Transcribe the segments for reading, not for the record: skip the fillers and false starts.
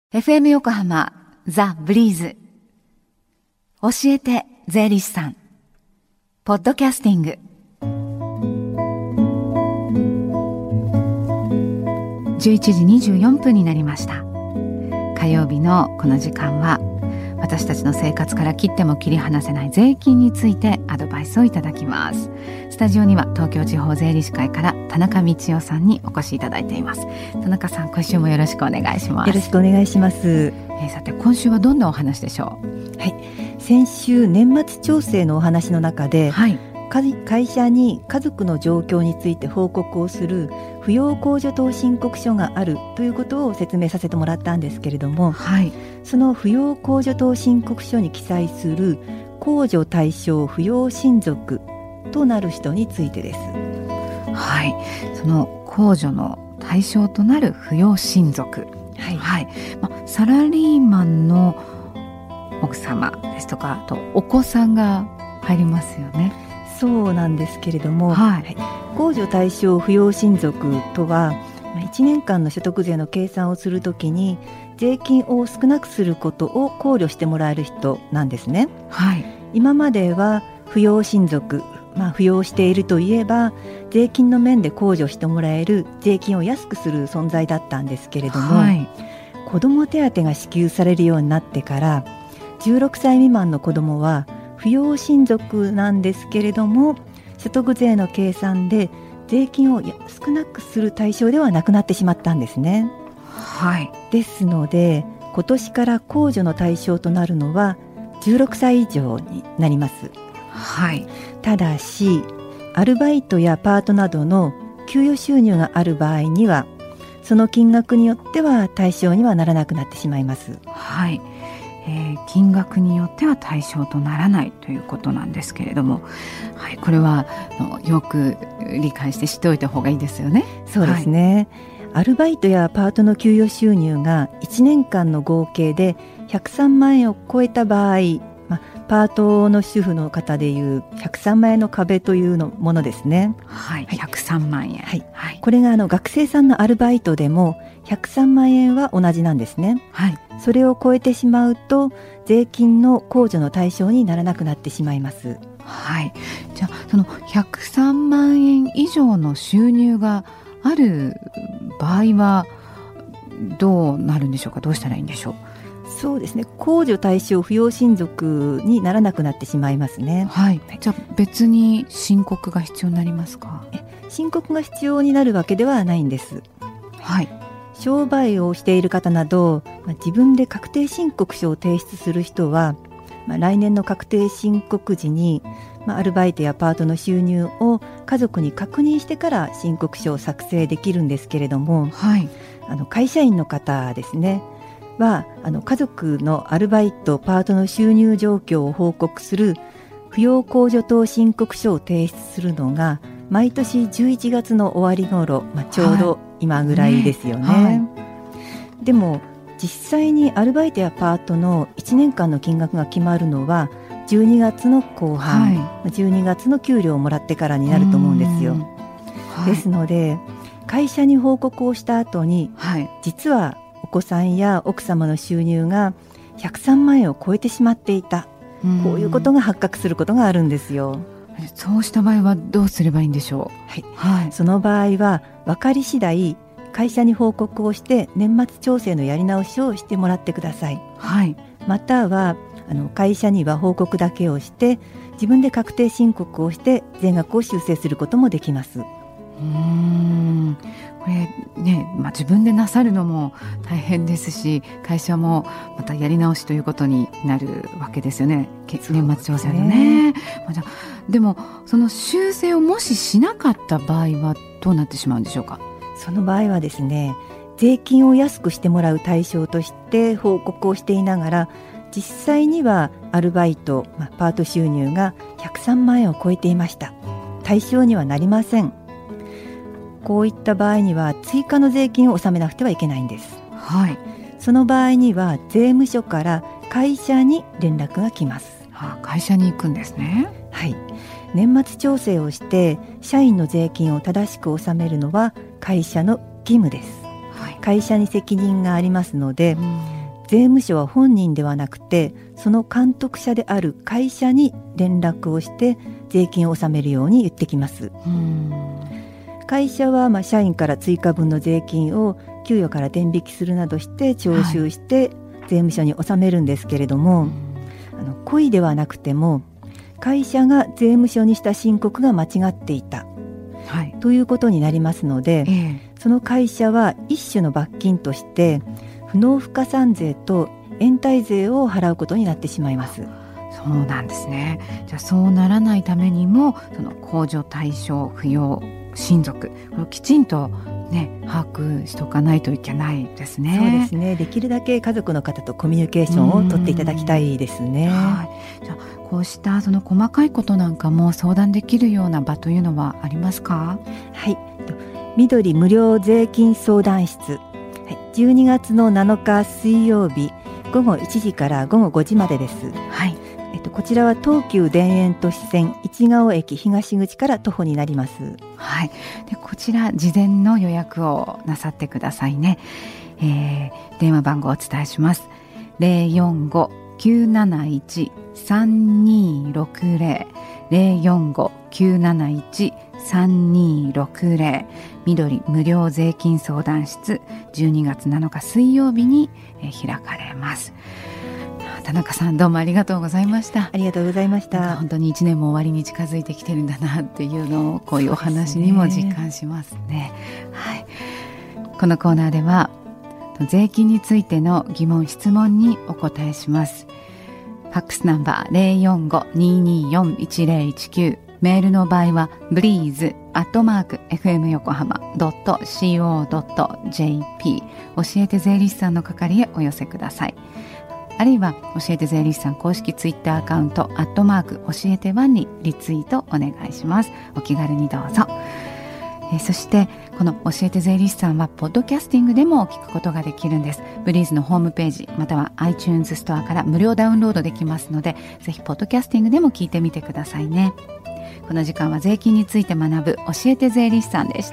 FM 横浜ザ・ブリーズ教えて税理士さんポッドキャスティング11時24分になりました。火曜日のこの時間は私たちの生活から切っても切り離せない税金についてアドバイスをいただきます。スタジオには東京地方税理士会から田中道夫さんにお越しいただいています。田中さん、今週もよろしくお願いします。 よろしくお願いします。 さて、今週はどんなお話でしょう？ はい、先週年末調整のお話の中で、はい、会社に家族の状況について報告をする扶養控除等申告書があるということを説明させてもらったんですけれども、はい、その扶養控除等申告書に記載する控除対象扶養親族となる人についてです。 はい、その控除の対象となる扶養親族、はいはい、サラリーマンの奥様ですとか、あとお子さんが入りますよね。 そうなんですけれども、はい、控除対象扶養親族とは1年間の所得税の計算をするときに税金を少なくすることを考慮してもらえる人なんですね。はい、今までは扶養親族、扶養しているといえば税金の面で控除してもらえる税金を安くする存在だったんですけれども、はい、子ども手当が支給されるようになってから16歳未満の子どもは扶養親族なんですけれども、所得税の計算で税金を少なくする対象ではなくなってしまったんですね。はい、ですので今年から控除の対象となるのは16歳以上になります。はい、ただしアルバイトやパートなどの給与収入がある場合にはその金額によっては対象にはならなくなってしまいます。はい、 金額によっては対象とならないということなんですけれども、はい、これはよく理解して知っておいた方がいいですよね。 そうですね、はい、アルバイトやパートの給与収入が1年間の合計で103万円を超えた場合、パートの主婦の方でいう103万円の壁というものですね。 はい、103万円、はいはい、これが学生さんのアルバイトでも103万円は同じなんですね。はい、それを超えてしまうと税金の控除の対象にならなくなってしまいます。 はい、じゃあその103万円以上の収入がある場合はどうなるんでしょうか？どうしたらいいんでしょう？ そうですね、控除対象扶養親族にならなくなってしまいますね。 はい、じゃあ別に申告が必要になりますか？ 申告が必要になるわけではないんです。はい、商売をしている方など、自分で確定申告書を提出する人は、来年の確定申告時に、アルバイトやパートの収入を家族に確認してから申告書を作成できるんですけれども、はい、会社員の方ですねは家族のアルバイトパートの収入状況を報告する扶養控除等申告書を提出するのが毎年11月の終わり頃、ちょうど今ぐらいですよね。はい、でも実際にアルバイトやパートの1年間の金額が決まるのは12月の後半、はい、12月の給料をもらってからになると思うんですよ。はい、ですので会社に報告をした後に、はい、実はお子さんや奥様の収入が103万円を超えてしまっていた、こういうことが発覚することがあるんですよ。 そうした場合はどうすればいいんでしょう？ はいはい、その場合は分かり次第会社に報告をして年末調整のやり直しをしてもらってください。はい、または会社には報告だけをして自分で確定申告をして税額を修正することもできます。 これね、自分でなさるのも大変ですし、会社もまたやり直しということになるわけですよね。年末調整のね。でもその修正をもししなかった場合はどうなってしまうんでしょうか？ その場合はですね、税金を安くしてもらう対象として報告をしていながら実際にはアルバイト、パート収入が103万円を超えていました。対象にはなりません。こういった場合には追加の税金を納めなくてはいけないんです。はい、その場合には税務署から会社に連絡が来ます。 会社に行くんですね。 はい、年末調整をして社員の税金を正しく納めるのは会社の義務です。はい、会社に責任がありますので、 税務署は本人ではなくてその監督者である会社に連絡をして税金を納めるように言ってきます。会社は社員から追加分の税金を給与から天引きするなどして徴収して税務署に納めるんですけれども、故意ではなくても会社が税務署にした申告が間違っていた、ということになりますので、その会社は一種の罰金として不納付加算税と延滞税を払うことになってしまいます。 そうなんですね。じゃあそうならないためにもその控除対象扶養親族これをきちんと把握しておかないといけないですね。 そうですね。できるだけ家族の方とコミュニケーションを取っていただきたいですね。 じゃあこうしたその細かいことなんかも相談できるような場というのはありますか？ はい、緑無料税金相談室、12月の7日水曜日午後1時から午後5時までです。こちらは東急田園都市線市ヶ尾駅東口から徒歩になります。 でこちら事前の予約をなさってくださいね。電話番号をお伝えします。 045-971-3260 045-971-3260 緑無料税金相談室12月7日水曜日に開かれます。田中さんどうもありがとうございました。 ありがとうございました。 本当に1年も終わりに近づいてきてるんだなっていうのをこういうお話にも実感しますね。このコーナーでは税金についての疑問質問にお答えします。ファックスナンバー 045-224-1019 メールの場合は breeze@fmyokohama.co.jp 教えて税理士さんの係へお寄せください。あるいは教えて税理士さん公式ツイッターアカウント教えて1にリツイートお願いします。お気軽にどうぞ。そしてこの教えて税理士さんはポッドキャスティングでも聞くことができるんです。ブリーズのホームページまたは iTunes ストアから無料ダウンロードできますので、ぜひポッドキャスティングでも聞いてみてくださいね。この時間は税金について学ぶ教えて税理士さんでした。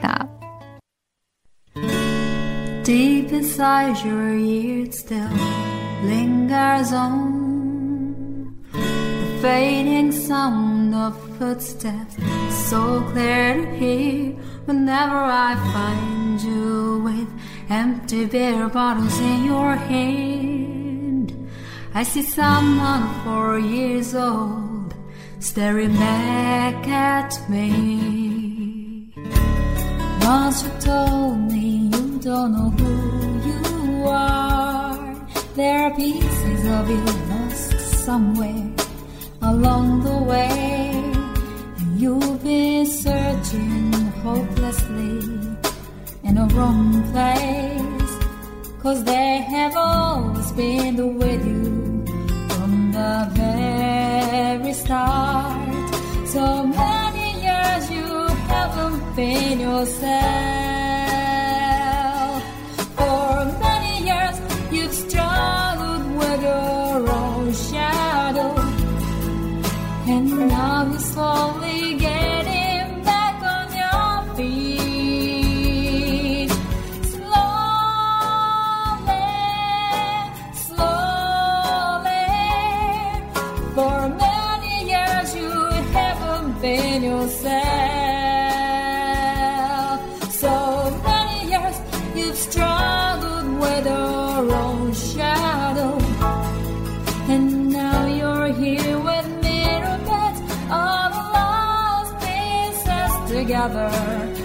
Deep inside your ears still lingers on the fading sound of footsteps, so clear to hear whenever I find you with empty beer bottles in your hand. I see someone 4 years old staring back at me. Once you told me you don't know who you are.There are pieces of you lost somewhere along the way, and you've been searching hopelessly in a wrong place, 'cause they have always been with you from the very start. So many years you haven't been yourself.For many years you've struggled with your own shadow, and now you're slowly getting back on your feet. Slowly, slowly. For many years you haven't been yourself.So many years you've struggled with your own shadow, and now you're here with mirror beds, all the lost pieces together.